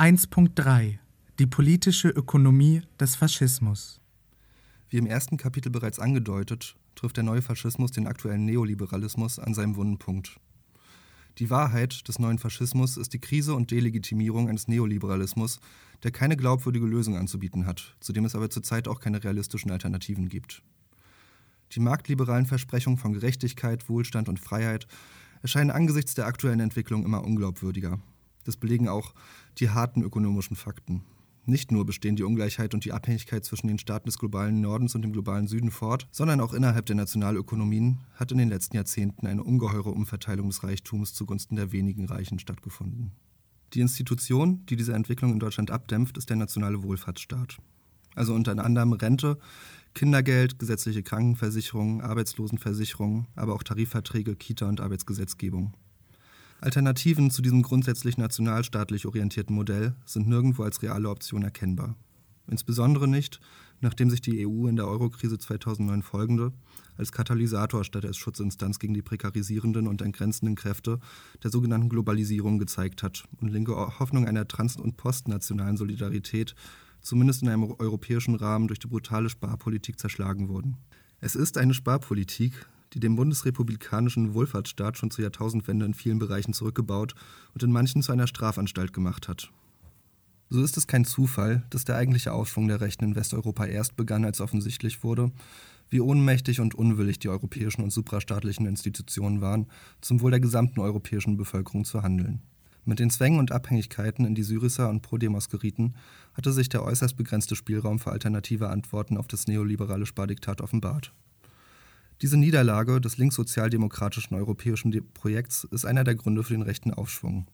1.3 Die politische Ökonomie des Faschismus. Wie im ersten Kapitel bereits angedeutet, trifft der neue Faschismus den aktuellen Neoliberalismus an seinem wunden Punkt. Die Wahrheit des neuen Faschismus ist die Krise und Delegitimierung eines Neoliberalismus, der keine glaubwürdige Lösung anzubieten hat, zu dem es aber zurzeit auch keine realistischen Alternativen gibt. Die marktliberalen Versprechungen von Gerechtigkeit, Wohlstand und Freiheit erscheinen angesichts der aktuellen Entwicklung immer unglaubwürdiger. Das belegen auch die harten ökonomischen Fakten. Nicht nur bestehen die Ungleichheit und die Abhängigkeit zwischen den Staaten des globalen Nordens und dem globalen Süden fort, sondern auch innerhalb der Nationalökonomien hat in den letzten Jahrzehnten eine ungeheure Umverteilung des Reichtums zugunsten der wenigen Reichen stattgefunden. Die Institution, die diese Entwicklung in Deutschland abdämpft, ist der nationale Wohlfahrtsstaat. Also unter anderem Rente, Kindergeld, gesetzliche Krankenversicherung, Arbeitslosenversicherung, aber auch Tarifverträge, Kita- und Arbeitsgesetzgebung. Alternativen zu diesem grundsätzlich nationalstaatlich orientierten Modell sind nirgendwo als reale Option erkennbar. Insbesondere nicht, nachdem sich die EU in der Eurokrise 2009 folgende als Katalysator statt als Schutzinstanz gegen die prekarisierenden und entgrenzenden Kräfte der sogenannten Globalisierung gezeigt hat und linke Hoffnung einer trans- und postnationalen Solidarität zumindest in einem europäischen Rahmen durch die brutale Sparpolitik zerschlagen wurden. Es ist eine Sparpolitik, die den bundesrepublikanischen Wohlfahrtsstaat schon zur Jahrtausendwende in vielen Bereichen zurückgebaut und in manchen zu einer Strafanstalt gemacht hat. So ist es kein Zufall, dass der eigentliche Aufschwung der Rechten in Westeuropa erst begann, als offensichtlich wurde, wie ohnmächtig und unwillig die europäischen und suprastaatlichen Institutionen waren, zum Wohl der gesamten europäischen Bevölkerung zu handeln. Mit den Zwängen und Abhängigkeiten, in die Syriza und Podemos gerieten, hatte sich der äußerst begrenzte Spielraum für alternative Antworten auf das neoliberale Spardiktat offenbart. Diese Niederlage des linkssozialdemokratischen europäischen Projekts ist einer der Gründe für den rechten Aufschwung.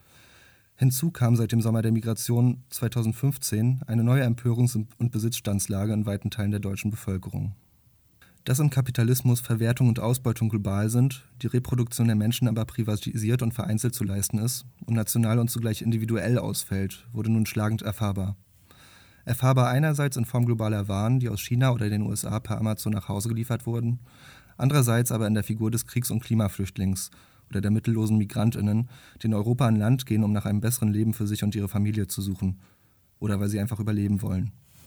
Hinzu kam seit dem Sommer der Migration 2015 eine neue Empörungs- und Besitzstandslage in weiten Teilen der deutschen Bevölkerung. Dass im Kapitalismus Verwertung und Ausbeutung global sind, die Reproduktion der Menschen aber privatisiert und vereinzelt zu leisten ist und national und zugleich individuell ausfällt, wurde nun schlagend erfahrbar. Erfahrbar einerseits in Form globaler Waren, die aus China oder den USA per Amazon nach Hause geliefert wurden, andererseits aber in der Figur des Kriegs- und Klimaflüchtlings oder der mittellosen MigrantInnen, die in Europa an Land gehen, um nach einem besseren Leben für sich und ihre Familie zu suchen oder weil sie einfach überleben wollen.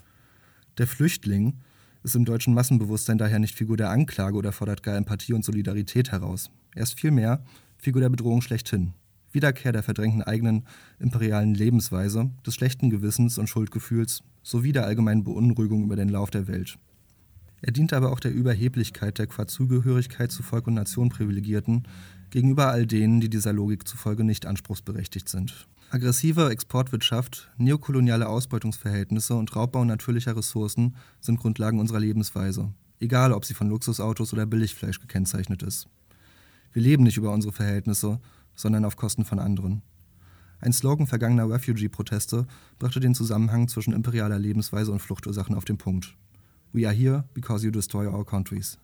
Der Flüchtling ist im deutschen Massenbewusstsein daher nicht Figur der Anklage oder fordert gar Empathie und Solidarität heraus. Er ist vielmehr Figur der Bedrohung schlechthin. Wiederkehr der verdrängten eigenen imperialen Lebensweise, des schlechten Gewissens und Schuldgefühls sowie der allgemeinen Beunruhigung über den Lauf der Welt. Er dient aber auch der Überheblichkeit der qua Zugehörigkeit zu Volk und Nation Privilegierten gegenüber all denen, die dieser Logik zufolge nicht anspruchsberechtigt sind. Aggressive Exportwirtschaft, neokoloniale Ausbeutungsverhältnisse und Raubbau natürlicher Ressourcen sind Grundlagen unserer Lebensweise, egal ob sie von Luxusautos oder Billigfleisch gekennzeichnet ist. Wir leben nicht über unsere Verhältnisse, sondern auf Kosten von anderen. Ein Slogan vergangener Refugee-Proteste brachte den Zusammenhang zwischen imperialer Lebensweise und Fluchtursachen auf den Punkt. We are here because you destroy our countries.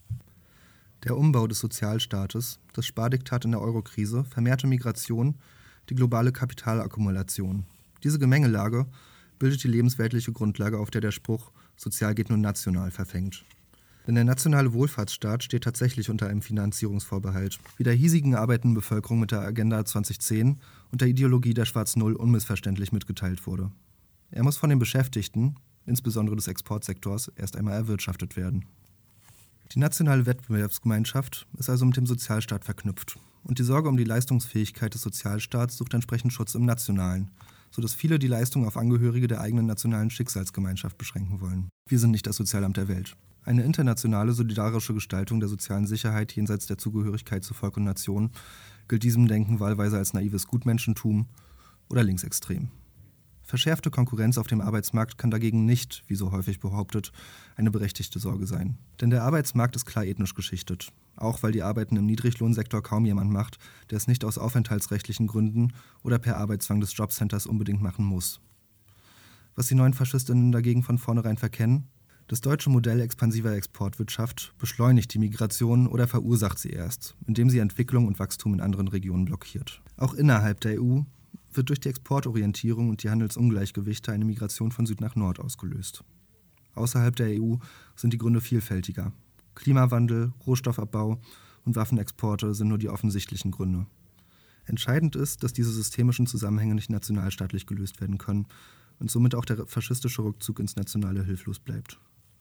Der Umbau des Sozialstaates, das Spardiktat in der Eurokrise, vermehrte Migration, die globale Kapitalakkumulation. Diese Gemengelage bildet die lebensweltliche Grundlage, auf der Spruch »Sozial geht nur national« verfängt. Denn der nationale Wohlfahrtsstaat steht tatsächlich unter einem Finanzierungsvorbehalt, wie der hiesigen arbeitenden Bevölkerung mit der Agenda 2010 und der Ideologie der Schwarz-Null unmissverständlich mitgeteilt wurde. Er muss von den Beschäftigten, insbesondere des Exportsektors, erst einmal erwirtschaftet werden. Die nationale Wettbewerbsgemeinschaft ist also mit dem Sozialstaat verknüpft und die Sorge um die Leistungsfähigkeit des Sozialstaats sucht entsprechend Schutz im Nationalen, sodass viele die Leistung auf Angehörige der eigenen nationalen Schicksalsgemeinschaft beschränken wollen. Wir sind nicht das Sozialamt der Welt. Eine internationale, solidarische Gestaltung der sozialen Sicherheit jenseits der Zugehörigkeit zu Volk und Nation gilt diesem Denken wahlweise als naives Gutmenschentum oder linksextrem. Verschärfte Konkurrenz auf dem Arbeitsmarkt kann dagegen nicht, wie so häufig behauptet, eine berechtigte Sorge sein. Denn der Arbeitsmarkt ist klar ethnisch geschichtet, auch weil die Arbeiten im Niedriglohnsektor kaum jemand macht, der es nicht aus aufenthaltsrechtlichen Gründen oder per Arbeitszwang des Jobcenters unbedingt machen muss. Was die neuen FaschistInnen dagegen von vornherein verkennen: Das deutsche Modell expansiver Exportwirtschaft beschleunigt die Migration oder verursacht sie erst, indem sie Entwicklung und Wachstum in anderen Regionen blockiert. Auch innerhalb der EU wird durch die Exportorientierung und die Handelsungleichgewichte eine Migration von Süd nach Nord ausgelöst. Außerhalb der EU sind die Gründe vielfältiger. Klimawandel, Rohstoffabbau und Waffenexporte sind nur die offensichtlichen Gründe. Entscheidend ist, dass diese systemischen Zusammenhänge nicht nationalstaatlich gelöst werden können und somit auch der faschistische Rückzug ins Nationale hilflos bleibt.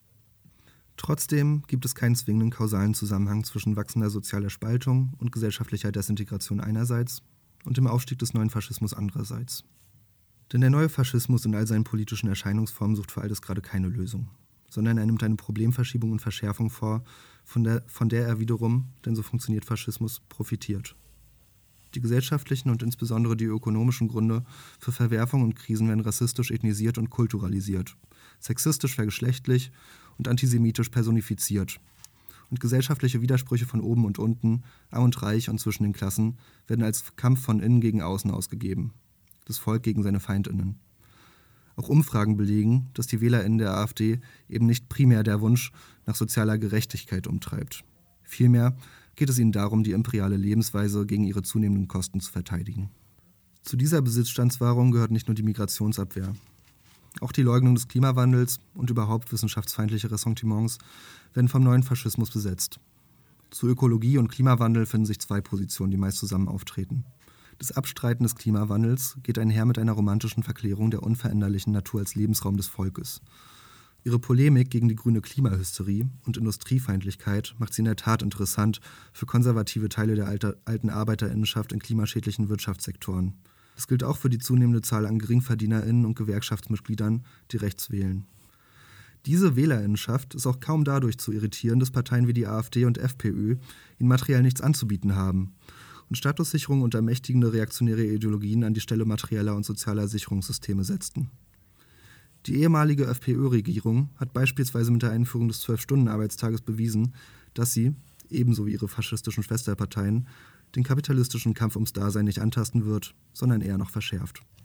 Trotzdem gibt es keinen zwingenden kausalen Zusammenhang zwischen wachsender sozialer Spaltung und gesellschaftlicher Desintegration einerseits und dem Aufstieg des neuen Faschismus andererseits. Denn der neue Faschismus in all seinen politischen Erscheinungsformen sucht für all das gerade keine Lösung, sondern er nimmt eine Problemverschiebung und Verschärfung vor, von der er wiederum, denn so funktioniert Faschismus, profitiert. Die gesellschaftlichen und insbesondere die ökonomischen Gründe für Verwerfung und Krisen werden rassistisch ethnisiert und kulturalisiert, sexistisch vergeschlechtlich und antisemitisch personifiziert. Und gesellschaftliche Widersprüche von oben und unten, arm und reich und zwischen den Klassen werden als Kampf von innen gegen außen ausgegeben. Das Volk gegen seine FeindInnen. Auch Umfragen belegen, dass die WählerInnen der AfD eben nicht primär der Wunsch nach sozialer Gerechtigkeit umtreibt. Vielmehr geht es ihnen darum, die imperiale Lebensweise gegen ihre zunehmenden Kosten zu verteidigen. Zu dieser Besitzstandswahrung gehört nicht nur die Migrationsabwehr. Auch die Leugnung des Klimawandels und überhaupt wissenschaftsfeindliche Ressentiments werden vom neuen Faschismus besetzt. Zu Ökologie und Klimawandel finden sich zwei Positionen, die meist zusammen auftreten. Das Abstreiten des Klimawandels geht einher mit einer romantischen Verklärung der unveränderlichen Natur als Lebensraum des Volkes. Ihre Polemik gegen die grüne Klimahysterie und Industriefeindlichkeit macht sie in der Tat interessant für konservative Teile der alten Arbeiterinnenschaft in klimaschädlichen Wirtschaftssektoren. Das gilt auch für die zunehmende Zahl an GeringverdienerInnen und Gewerkschaftsmitgliedern, die rechts wählen. Diese Wählerinnenschaft ist auch kaum dadurch zu irritieren, dass Parteien wie die AfD und FPÖ ihnen materiell nichts anzubieten haben und Statussicherung und ermächtigende reaktionäre Ideologien an die Stelle materieller und sozialer Sicherungssysteme setzten. Die ehemalige FPÖ-Regierung hat beispielsweise mit der Einführung des 12-Stunden-Arbeitstages bewiesen, dass sie, ebenso wie ihre faschistischen Schwesterparteien, den kapitalistischen Kampf ums Dasein nicht antasten wird, sondern eher noch verschärft.